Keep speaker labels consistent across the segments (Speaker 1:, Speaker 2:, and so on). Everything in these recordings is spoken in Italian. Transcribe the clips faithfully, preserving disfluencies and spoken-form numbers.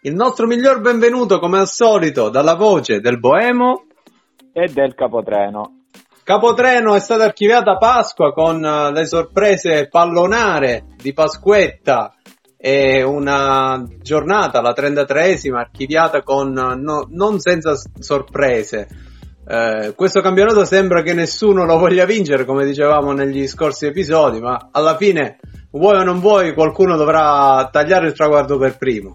Speaker 1: il nostro miglior benvenuto come al solito dalla voce del Boemo
Speaker 2: e del Capotreno.
Speaker 1: Capotreno è stata archiviata Pasqua con le sorprese pallonare di Pasquetta e una giornata, la trentatreesima, archiviata con no, non senza sorprese. Eh, questo campionato sembra che nessuno lo voglia vincere, come dicevamo negli scorsi episodi, ma alla fine, vuoi o non vuoi, qualcuno dovrà tagliare il traguardo per primo.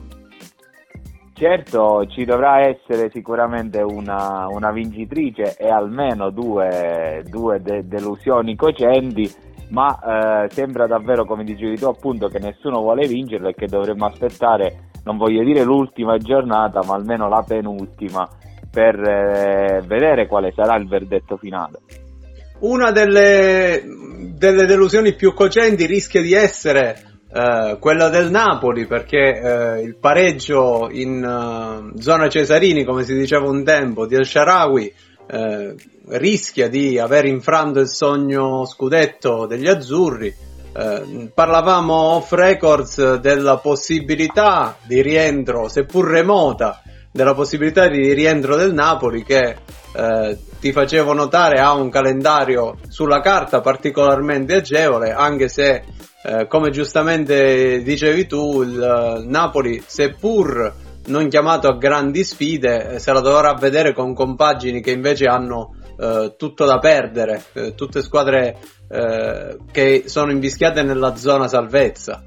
Speaker 2: Certo, ci dovrà essere sicuramente una, una vincitrice e almeno due, due de- delusioni cocenti, ma eh, sembra davvero, come dicevi tu appunto, che nessuno vuole vincerlo e che dovremmo aspettare, non voglio dire l'ultima giornata, ma almeno la penultima, per eh, vedere quale sarà il verdetto finale.
Speaker 1: Una delle, delle delusioni più cocenti rischia di essere eh, quella del Napoli, perché eh, il pareggio in uh, zona Cesarini, come si diceva un tempo, di El Shaarawy eh, rischia di aver infranto il sogno scudetto degli azzurri. Eh, parlavamo off records della possibilità di rientro, seppur remota, della possibilità di rientro del Napoli, che eh, ti facevo notare ha un calendario sulla carta particolarmente agevole, anche se eh, come giustamente dicevi tu, il uh, Napoli, seppur non chiamato a grandi sfide, eh, se la dovrà vedere con compagini che invece hanno eh, tutto da perdere, eh, tutte squadre eh, che sono invischiate nella zona salvezza.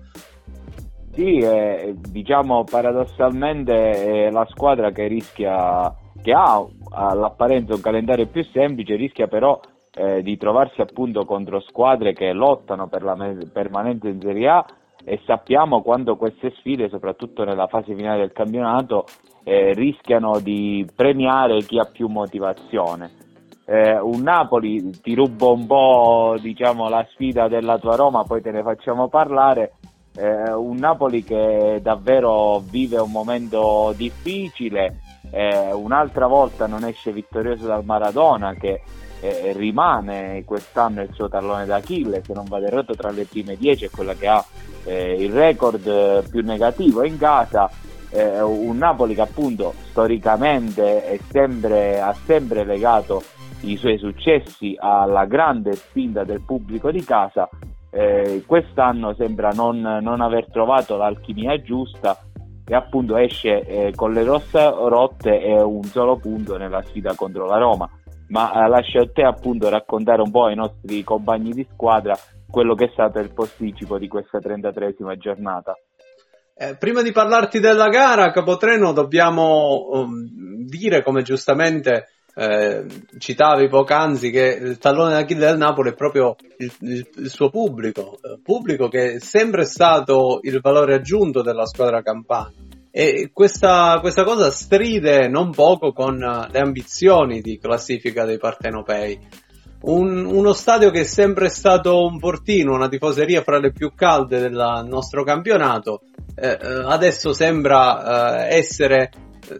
Speaker 2: Sì, eh, diciamo paradossalmente è la squadra che rischia, che ha all'apparenza un calendario più semplice, rischia però eh, di trovarsi appunto contro squadre che lottano per la me- permanenza in Serie A, e sappiamo quando queste sfide, soprattutto nella fase finale del campionato, eh, rischiano di premiare chi ha più motivazione. Eh, un Napoli, ti rubo un po', diciamo, la sfida della tua Roma, poi te ne facciamo parlare. Eh, un Napoli che davvero vive un momento difficile, eh, un'altra volta non esce vittorioso dal Maradona, che eh, rimane quest'anno il suo tallone d'Achille, se non vado errato tra le prime dieci è quella che ha eh, il record più negativo in casa. Eh, un Napoli che appunto storicamente è sempre, ha sempre legato i suoi successi alla grande spinta del pubblico di casa. Eh, quest'anno sembra non, non aver trovato l'alchimia giusta e appunto esce eh, con le rosse rotte e un solo punto nella sfida contro la Roma. Ma eh, lascio a te appunto raccontare un po' ai nostri compagni di squadra quello che è stato il posticipo di questa trentatreesima giornata.
Speaker 1: Eh, prima di parlarti della gara, Capotreno, dobbiamo um, dire, come giustamente Eh, citavi poc'anzi, che il tallone d'Achille del Napoli è proprio il, il, il suo pubblico, eh, pubblico che è sempre stato il valore aggiunto della squadra campana, e questa, questa cosa stride non poco con le ambizioni di classifica dei partenopei. Un, uno stadio che è sempre stato un portino, una tifoseria fra le più calde del nostro campionato, eh, adesso sembra eh, essere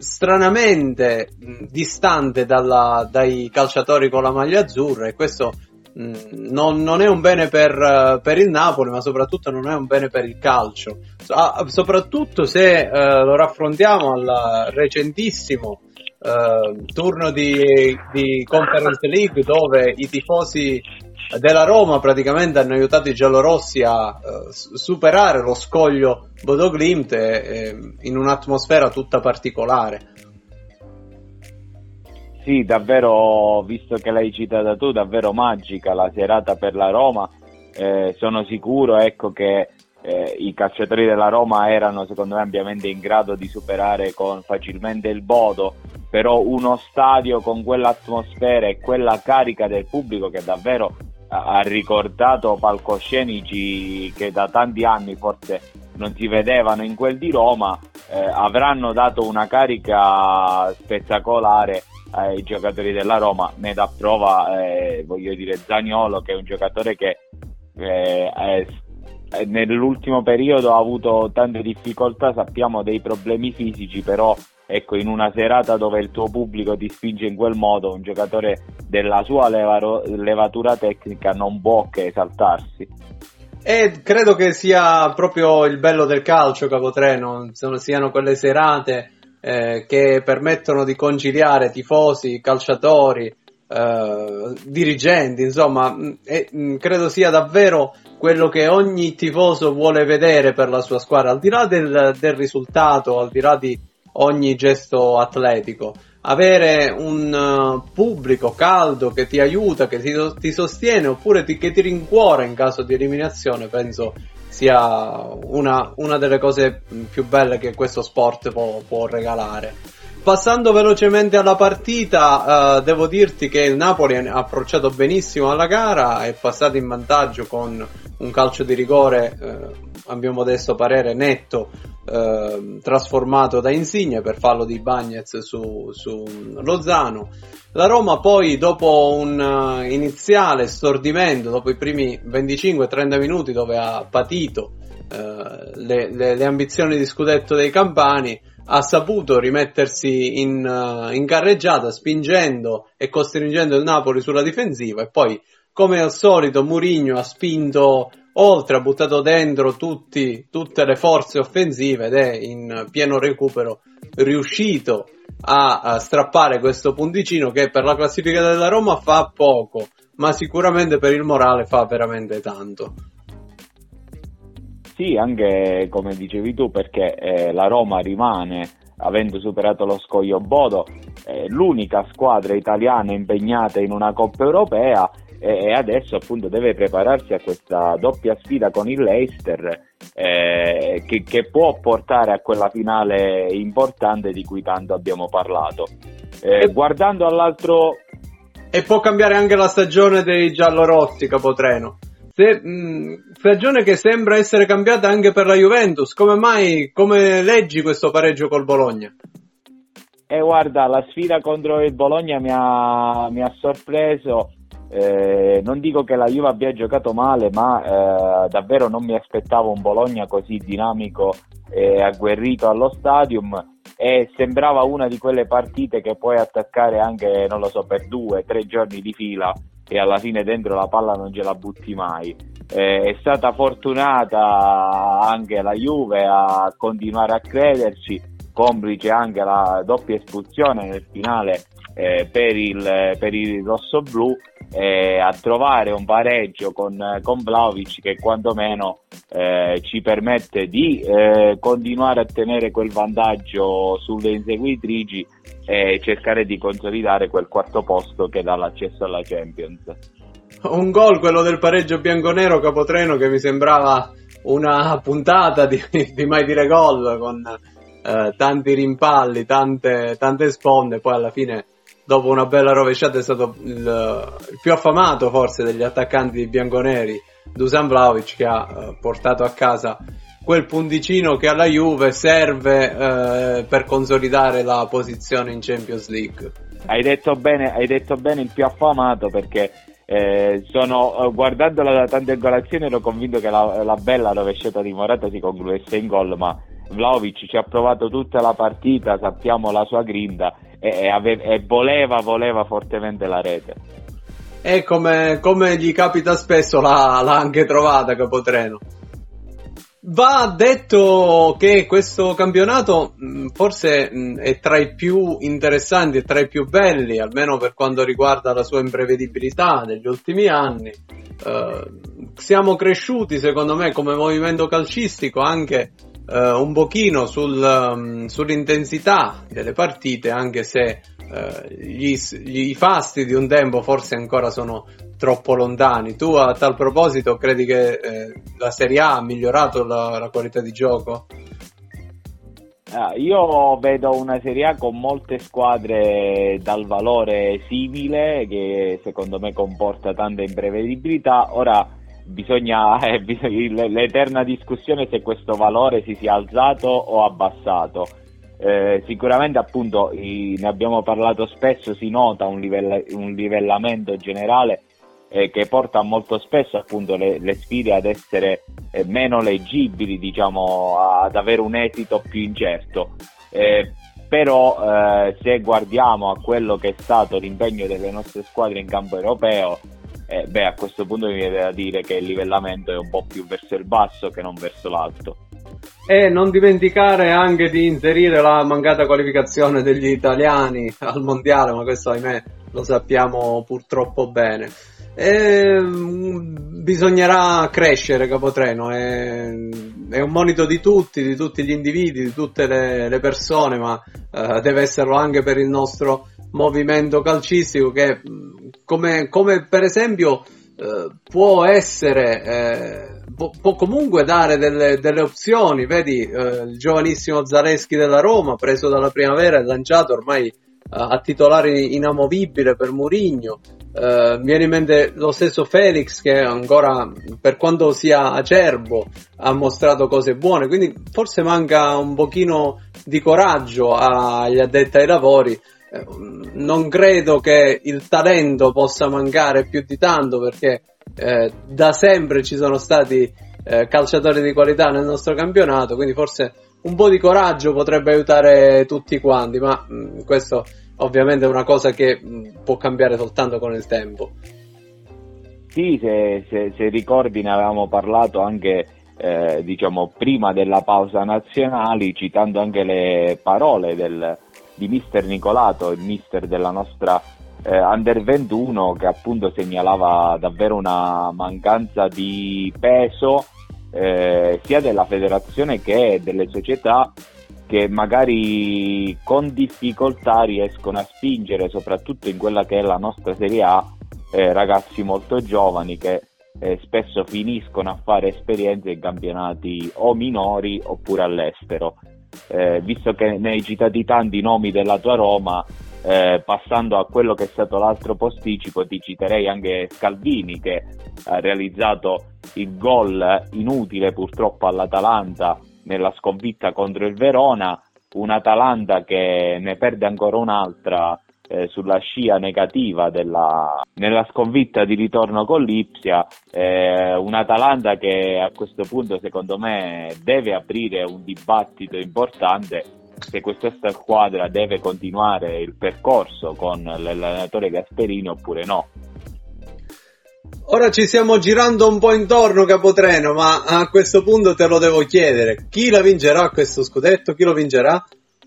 Speaker 1: stranamente mh, distante dalla, dai calciatori con la maglia azzurra, e questo mh, non, non è un bene per, per il Napoli, ma soprattutto non è un bene per il calcio, so, ah, soprattutto se eh, lo raffrontiamo al recentissimo eh, turno di, di Conference League, dove i tifosi della Roma praticamente hanno aiutato i giallorossi a uh, superare lo scoglio Bodo Glimt e, e, in un'atmosfera tutta particolare.
Speaker 2: Sì, davvero, visto che l'hai citata tu, davvero magica la serata per la Roma. Eh, sono sicuro, ecco, che eh, i calciatori della Roma erano, secondo me, ampiamente in grado di superare con facilmente il Bodo, però uno stadio con quell'atmosfera e quella carica del pubblico che davvero ha ricordato palcoscenici che da tanti anni forse non si vedevano in quel di Roma, eh, avranno dato una carica spettacolare ai giocatori della Roma. Ne dà prova, eh, voglio dire, Zaniolo, che è un giocatore che eh, è, nell'ultimo periodo ha avuto tante difficoltà, sappiamo dei problemi fisici, però ecco, in una serata dove il tuo pubblico ti spinge in quel modo, un giocatore della sua levaro, levatura tecnica non può che esaltarsi.
Speaker 1: E credo che sia proprio il bello del calcio, Capotreno, sono, siano quelle serate eh, che permettono di conciliare tifosi, calciatori, eh, dirigenti, insomma, e, mh, credo sia davvero quello che ogni tifoso vuole vedere per la sua squadra, al di là del, del risultato, al di là di ogni gesto atletico. Avere un uh, pubblico caldo che ti aiuta, che ti, ti sostiene oppure ti, che ti rincuora in caso di eliminazione, penso sia una, una delle cose più belle che questo sport può, può regalare. Passando velocemente alla partita, uh, devo dirti che il Napoli ha approcciato benissimo alla gara, è passato in vantaggio con un calcio di rigore, uh, a mio modesto parere, netto, Uh, trasformato da Insigne per fallo di Bagnez su, su Lozano. La Roma poi, dopo un uh, iniziale stordimento, dopo i primi venticinque trenta minuti dove ha patito uh, le, le, le ambizioni di scudetto dei campani, ha saputo rimettersi in, uh, in carreggiata, spingendo e costringendo il Napoli sulla difensiva, e poi, come al solito, Mourinho ha spinto oltre, ha buttato dentro tutti, tutte le forze offensive ed è in pieno recupero riuscito a, a strappare questo punticino che per la classifica della Roma fa poco, ma sicuramente per il morale fa veramente tanto.
Speaker 2: Sì, anche come dicevi tu, perché eh, la Roma rimane, avendo superato lo scoglio Bodo, eh, l'unica squadra italiana impegnata in una Coppa Europea, e adesso appunto deve prepararsi a questa doppia sfida con il Leicester, eh, che, che può portare a quella finale importante di cui tanto abbiamo parlato. Eh, e, guardando all'altro...
Speaker 1: E può cambiare anche la stagione dei giallorossi, Capotreno. Se, mh, stagione che sembra essere cambiata anche per la Juventus. Come mai, come leggi questo pareggio col Bologna?
Speaker 2: Eh, guarda, la sfida contro il Bologna mi ha, mi ha sorpreso. Eh, non dico che la Juve abbia giocato male, ma eh, davvero non mi aspettavo un Bologna così dinamico e agguerrito allo Stadium, e sembrava una di quelle partite che puoi attaccare anche, non lo so, per due, tre giorni di fila e alla fine dentro la palla non ce la butti mai. Eh, è stata fortunata anche la Juve a continuare a crederci, complice anche la doppia espulsione nel finale eh, per il, per il rossoblù, eh, a trovare un pareggio con, con Vlahovic che quantomeno eh, ci permette di eh, continuare a tenere quel vantaggio sulle inseguitrici e cercare di consolidare quel quarto posto che dà l'accesso alla Champions.
Speaker 1: Un gol, quello del pareggio bianconero, Capotreno, che mi sembrava una puntata di, di Mai Dire Gol, con eh, tanti rimpalli, tante, tante sponde. Poi alla fine, dopo una bella rovesciata, è stato il, il più affamato forse degli attaccanti bianconeri, Dusan Vlahovic, che ha eh, portato a casa quel punticino che alla Juve serve eh, per consolidare la posizione in Champions League.
Speaker 2: Hai detto bene, hai detto bene il più affamato, perché eh, sono, guardandola da tante angolazioni, ero convinto che la, la bella rovesciata di Morata si concludesse in gol, ma Vlahovic ci ha provato tutta la partita, sappiamo la sua grinta, e, e, ave, e voleva, voleva fortemente la rete.
Speaker 1: E come, come gli capita spesso, l'ha, l'ha anche trovata, Capotreno. Va detto che questo campionato mh, forse mh, è tra i più interessanti e tra i più belli, almeno per quanto riguarda la sua imprevedibilità negli ultimi anni. Uh, siamo cresciuti, secondo me, come movimento calcistico anche uh, un pochino sul, um, sull'intensità delle partite, anche se uh, gli, gli fasti di un tempo forse ancora sono troppo lontani. Tu a tal proposito credi che eh, la Serie A ha migliorato la, la qualità di gioco?
Speaker 2: Ah, io vedo una Serie A con molte squadre dal valore simile, che secondo me comporta tanta imprevedibilità. Ora bisogna, eh, bisogna l'eterna discussione se questo valore si sia alzato o abbassato. Eh, sicuramente, appunto, i, ne abbiamo parlato spesso, si nota un, livell, un livellamento generale Eh, che porta molto spesso appunto le, le sfide ad essere eh, meno leggibili, diciamo, ad avere un esito più incerto. Eh, però eh, se guardiamo a quello che è stato l'impegno delle nostre squadre in campo europeo, eh, beh, a questo punto mi viene da dire che il livellamento è un po' più verso il basso che non verso l'alto.
Speaker 1: E non dimenticare anche di inserire la mancata qualificazione degli italiani al mondiale, ma questo ahimè lo sappiamo purtroppo bene. E, mh, bisognerà crescere, Capotreno, è, è un monito di tutti, di tutti gli individui, di tutte le, le persone, ma eh, deve esserlo anche per il nostro movimento calcistico che, come, come per esempio, eh, può essere... Eh, Può, può comunque dare delle, delle opzioni, vedi eh, il giovanissimo Zaleschi della Roma preso dalla Primavera e lanciato ormai eh, a titolare inamovibile per Mourinho, eh, mi viene in mente lo stesso Felix che ancora, per quanto sia acerbo, ha mostrato cose buone, quindi forse manca un pochino di coraggio agli addetti ai lavori. Eh, non credo che il talento possa mancare più di tanto, perché Eh, da sempre ci sono stati eh, calciatori di qualità nel nostro campionato, quindi forse un po' di coraggio potrebbe aiutare tutti quanti, ma mh, questo ovviamente è una cosa che mh, può cambiare soltanto con il tempo.
Speaker 2: Sì, se, se, se ricordi ne avevamo parlato anche eh, diciamo prima della pausa nazionali, citando anche le parole del, di mister Nicolato, il mister della nostra Eh, Under ventuno, che appunto segnalava davvero una mancanza di peso eh, sia della federazione che delle società, che magari con difficoltà riescono a spingere, soprattutto in quella che è la nostra Serie A, eh, ragazzi molto giovani che eh, spesso finiscono a fare esperienze in campionati o minori oppure all'estero. Eh, visto che ne hai citati tanti nomi della tua Roma, Eh, passando a quello che è stato l'altro posticipo, ti citerei anche Scalvini, che ha realizzato il gol inutile purtroppo all'Atalanta nella sconfitta contro il Verona, un'Atalanta che ne perde ancora un'altra eh, sulla scia negativa della, nella sconfitta di ritorno con l'Ipsia, eh, un'Atalanta che a questo punto secondo me deve aprire un dibattito importante se questa squadra deve continuare il percorso con l'allenatore Gasperini oppure no.
Speaker 1: Ora ci stiamo girando un po' intorno, Capotreno, ma a questo punto te lo devo chiedere: chi la vincerà questo scudetto? Chi lo vincerà?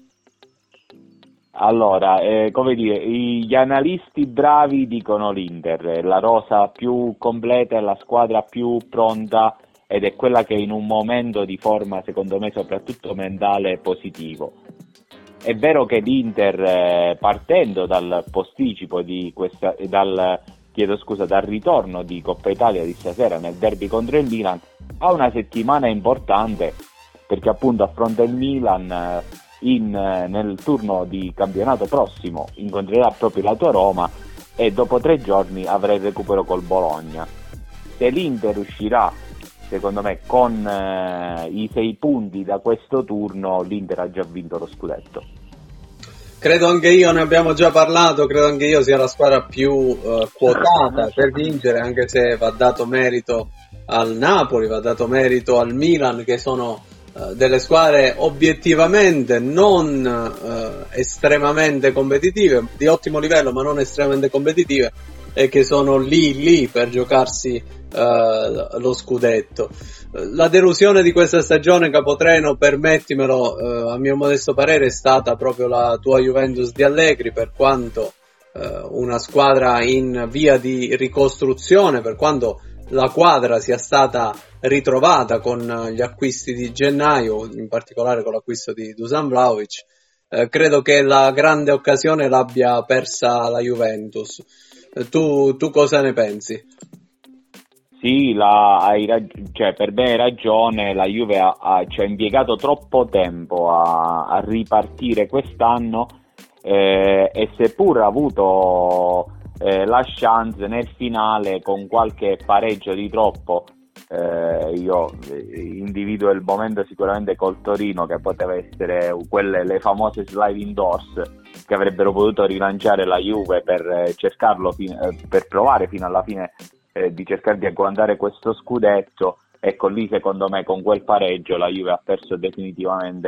Speaker 2: Allora, eh, come dire, gli analisti bravi dicono l'Inter, la rosa più completa e la squadra più pronta, ed è quella che è in un momento di forma, secondo me, soprattutto mentale, positivo. È vero che l'Inter, eh, partendo dal posticipo di questa, dal, chiedo scusa, dal ritorno di Coppa Italia di stasera nel derby contro il Milan, ha una settimana importante, perché appunto affronta il Milan in, nel turno di campionato prossimo, incontrerà proprio la tua Roma e dopo tre giorni avrà il recupero col Bologna. Se l'Inter uscirà, secondo me, con eh, i sei punti da questo turno, l'Inter ha già vinto lo scudetto.
Speaker 1: Credo anche io, ne abbiamo già parlato, credo anche io sia la squadra più uh, quotata per vincere, anche se va dato merito al Napoli, va dato merito al Milan, che sono uh, delle squadre obiettivamente non uh, estremamente competitive, di ottimo livello ma non estremamente competitive, e che sono lì lì per giocarsi uh, lo scudetto. La delusione di questa stagione, Capotreno, permettimelo, uh, a mio modesto parere, è stata proprio la tua Juventus di Allegri, per quanto uh, una squadra in via di ricostruzione, per quanto la quadra sia stata ritrovata con gli acquisti di gennaio, in particolare con l'acquisto di Dusan Vlahovic. Uh, credo che la grande occasione l'abbia persa la Juventus. Tu, tu cosa ne pensi?
Speaker 2: Sì, la, hai rag- cioè, per me hai ragione, la Juve ha, ha, ci ha impiegato troppo tempo a, a ripartire quest'anno eh, e seppur ha avuto eh, la chance nel finale con qualche pareggio di troppo, eh, io individuo il momento sicuramente col Torino, che poteva essere quelle, le famose sliding doors che avrebbero potuto rilanciare la Juve per cercarlo, per provare fino alla fine eh, di cercare di agguantare questo scudetto. Ecco, lì secondo me con quel pareggio la Juve ha perso definitivamente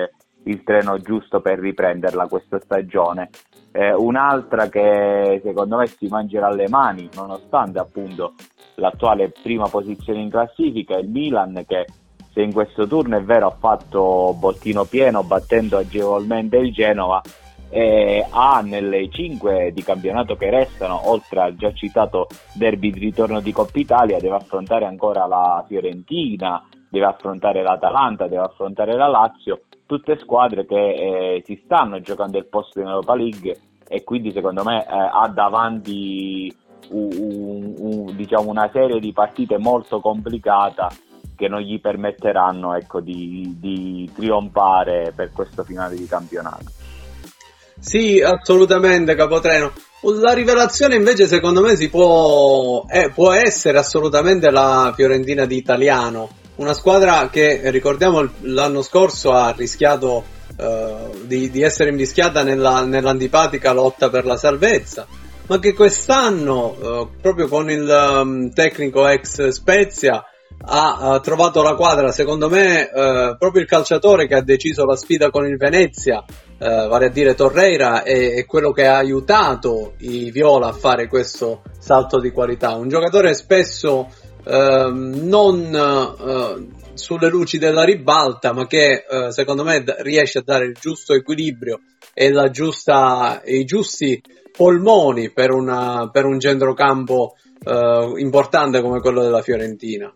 Speaker 2: il treno giusto per riprenderla questa stagione. Eh, un'altra che secondo me si mangerà le mani, nonostante appunto l'attuale prima posizione in classifica, è il Milan, che se in questo turno è vero ha fatto bottino pieno battendo agevolmente il Genova, eh, ha nelle cinque di campionato che restano, oltre al già citato derby di ritorno di Coppa Italia, deve affrontare ancora la Fiorentina, deve affrontare l'Atalanta, deve affrontare la Lazio, tutte squadre che eh, si stanno giocando il posto in Europa League, e quindi secondo me eh, ha davanti un, un, un, diciamo una serie di partite molto complicata che non gli permetteranno, ecco, di, di trionfare per questo finale di campionato.
Speaker 1: Sì, assolutamente, Capotreno. La rivelazione invece secondo me si può, eh, può essere assolutamente la Fiorentina di Italiano, una squadra che, ricordiamo, l'anno scorso ha rischiato uh, di, di essere invischiata nella, nell'antipatica lotta per la salvezza, ma che quest'anno, uh, proprio con il um, tecnico ex Spezia, ha uh, trovato la quadra, secondo me, uh, proprio il calciatore che ha deciso la sfida con il Venezia, Uh, vale a dire Torreira, è, è quello che ha aiutato i Viola a fare questo salto di qualità. Un giocatore spesso uh, non uh, sulle luci della ribalta, ma che uh, secondo me d- riesce a dare il giusto equilibrio e la giusta, i giusti polmoni per, una, per un centrocampo uh, importante come quello della Fiorentina.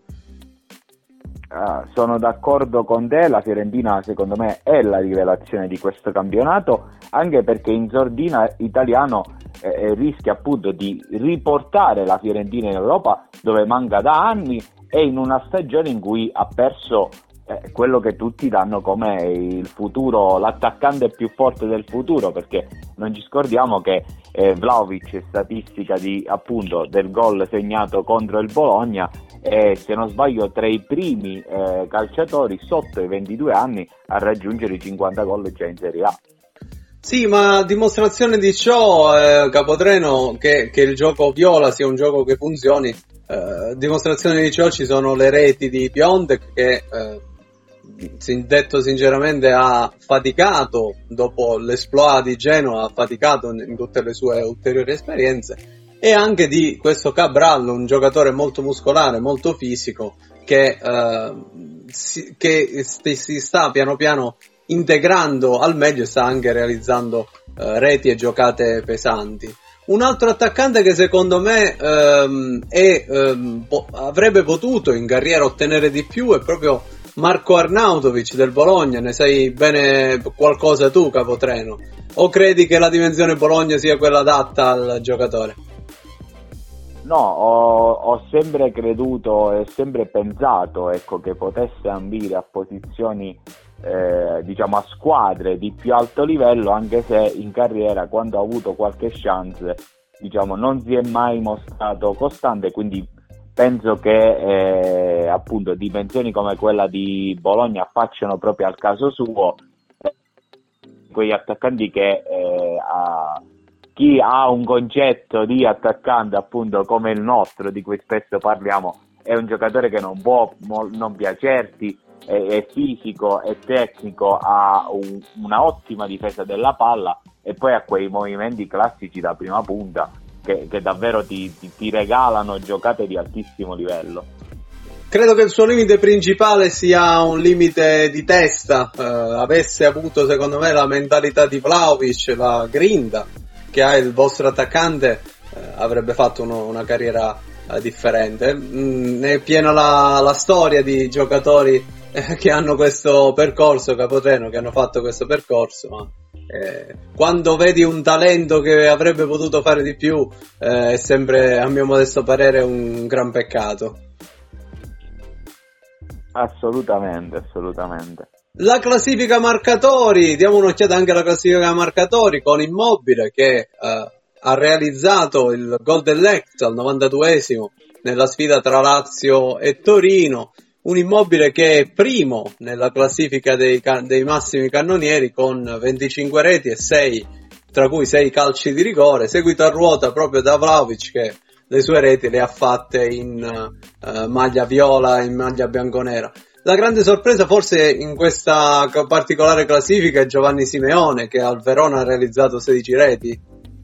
Speaker 2: Uh, sono d'accordo con te, la Fiorentina secondo me è la rivelazione di questo campionato, anche perché in sordina Italiano eh, rischia appunto di riportare la Fiorentina in Europa, dove manca da anni, e in una stagione in cui ha perso eh, quello che tutti danno come il futuro, l'attaccante più forte del futuro, perché non ci scordiamo che eh, Vlahovic, statistica di appunto del gol segnato contro il Bologna, e se non sbaglio tra i primi eh, calciatori sotto i ventidue anni a raggiungere i cinquanta gol già in Serie A.
Speaker 1: Sì, ma dimostrazione di ciò, eh, Capotreno, che, che il gioco viola sia un gioco che funzioni, eh, dimostrazione di ciò ci sono le reti di Piontek che, eh, detto sinceramente, ha faticato dopo l'esploit di Genoa, ha faticato in tutte le sue ulteriori esperienze, e anche di questo Cabral, un giocatore molto muscolare, molto fisico, che, eh, si, che si sta piano piano integrando al meglio e sta anche realizzando eh, reti e giocate pesanti. Un altro attaccante che secondo me ehm, è, ehm, po- avrebbe potuto in carriera ottenere di più è proprio Marko Arnautovic del Bologna. Ne sai bene qualcosa tu, Capotreno? O credi che la dimensione Bologna sia quella adatta al giocatore?
Speaker 2: No, ho, ho sempre creduto e sempre pensato, ecco, che potesse ambire a posizioni, eh, diciamo a squadre di più alto livello, anche se in carriera, quando ha avuto qualche chance, diciamo non si è mai mostrato costante, quindi penso che eh, appunto dimensioni come quella di Bologna affacciano proprio al caso suo, eh, quegli attaccanti che eh, ha chi ha un concetto di attaccante appunto come il nostro, di cui spesso parliamo, è un giocatore che non può mo- non piacerti, è, è fisico, è tecnico, ha un, una ottima difesa della palla, e poi ha quei movimenti classici da prima punta che, che davvero ti, ti, ti regalano giocate di altissimo livello.
Speaker 1: Credo che il suo limite principale sia un limite di testa, eh, avesse avuto secondo me la mentalità di Vlahovic, la grinta che ha il vostro attaccante, eh, avrebbe fatto uno, una carriera eh, differente. Mm, è piena la, la storia di giocatori eh, che hanno questo percorso, Capotreno, che hanno fatto questo percorso, ma eh, quando vedi un talento che avrebbe potuto fare di più, eh, è sempre, a mio modesto parere, un gran peccato.
Speaker 2: Assolutamente, assolutamente.
Speaker 1: La classifica marcatori, diamo un'occhiata anche alla classifica marcatori, con Immobile che eh, ha realizzato il gol dell'Ex al novantaduesimo nella sfida tra Lazio e Torino, un Immobile che è primo nella classifica dei, dei massimi cannonieri con venticinque reti e sei, tra cui sei calci di rigore, seguito a ruota proprio da Vlahovic, che le sue reti le ha fatte in uh, maglia viola, in maglia bianconera. la grande sorpresa forse in questa particolare classifica è Giovanni Simeone, che al Verona ha realizzato sedici reti.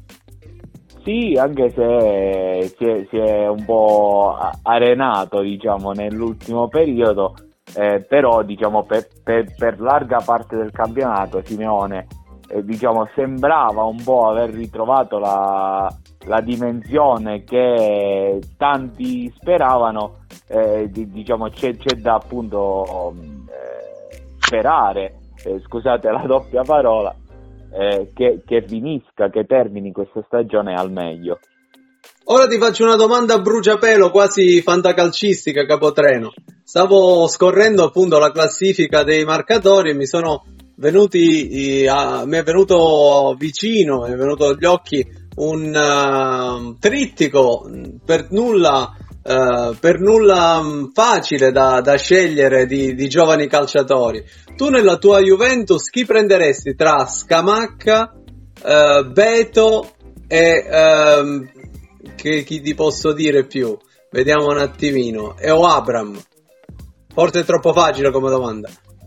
Speaker 2: Sì, anche se si è, si è un po' arenato, diciamo, nell'ultimo periodo, eh, però diciamo per, per, per larga parte del campionato Simeone eh, diciamo sembrava un po' aver ritrovato la, la dimensione che tanti speravano. Eh, di, diciamo c'è, c'è da appunto eh, sperare, eh, scusate la doppia parola, eh, che, che finisca, che termini questa stagione al meglio.
Speaker 1: Ora ti faccio una domanda a bruciapelo, quasi fantacalcistica, Capotreno. Stavo scorrendo appunto la classifica dei marcatori e mi sono venuti, a, mi è venuto vicino, mi è venuto agli occhi un uh, trittico per nulla Uh, per nulla um, facile da, da scegliere di, di giovani calciatori. Tu nella tua Juventus chi prenderesti tra Scamacca, uh, Beto e uh, che, chi ti posso dire più? Vediamo un attimino. E o Abram? Forse è troppo facile come domanda.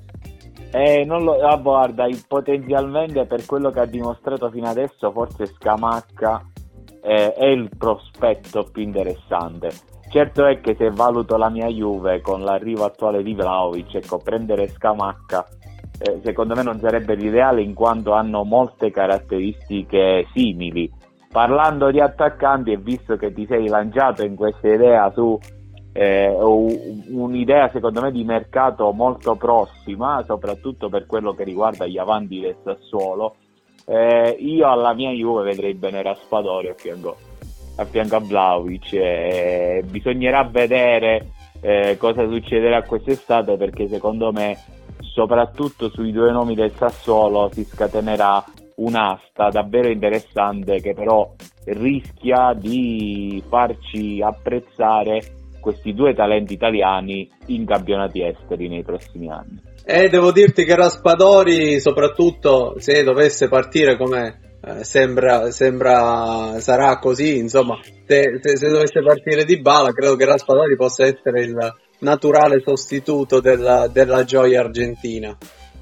Speaker 2: Eh, non lo, ah, guarda, potenzialmente per quello che ha dimostrato fino adesso forse Scamacca eh, è il prospetto più interessante. Certo è che se valuto la mia Juve con l'arrivo attuale di Vlahovic, ecco, prendere Scamacca eh, secondo me non sarebbe l'ideale, in quanto hanno molte caratteristiche simili. Parlando di attaccanti, e visto che ti sei lanciato in questa idea su eh, un'idea secondo me di mercato molto prossima, soprattutto per quello che riguarda gli avanti del Sassuolo, eh, io alla mia Juve vedrei bene Raspadori a fianco a fianco a Vlahovic. Eh, bisognerà vedere eh, cosa succederà quest'estate, perché secondo me soprattutto sui due nomi del Sassuolo si scatenerà un'asta davvero interessante, che però rischia di farci apprezzare questi due talenti italiani in campionati esteri nei prossimi anni.
Speaker 1: E devo dirti che Raspadori, soprattutto se dovesse partire come Eh, sembra, sembra sarà così, insomma, se, se, se dovesse partire Dybala, credo che Raspadori possa essere il naturale sostituto della, della gioia argentina.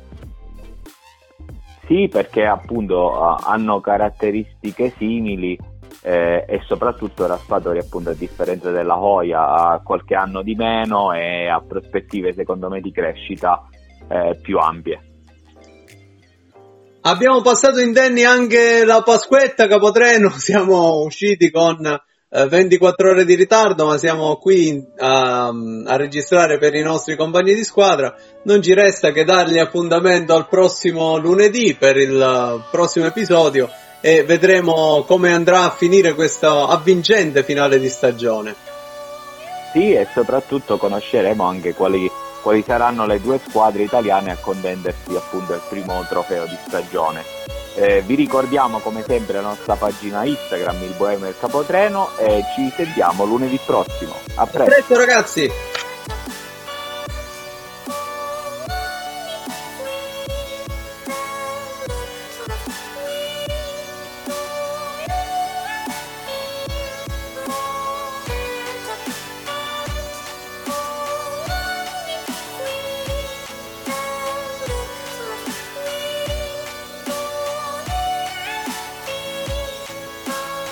Speaker 2: Sì, perché appunto hanno caratteristiche simili eh, e soprattutto Raspadori, appunto, a differenza della Hoya, ha qualche anno di meno e ha prospettive secondo me di crescita eh, più ampie.
Speaker 1: Abbiamo passato indenni anche la Pasquetta, Capotreno, siamo usciti con eh, ventiquattro ore di ritardo, ma siamo qui a, a registrare per i nostri compagni di squadra. Non ci resta che dargli appuntamento al prossimo lunedì per il prossimo episodio e vedremo come andrà a finire questo avvincente finale di stagione.
Speaker 2: Sì, e soprattutto conosceremo anche quali quali saranno le due squadre italiane a contendersi appunto il primo trofeo di stagione. Eh, vi ricordiamo come sempre la nostra pagina Instagram, il Boemio del Capotreno, e ci sentiamo lunedì prossimo. A presto,
Speaker 1: a presto ragazzi!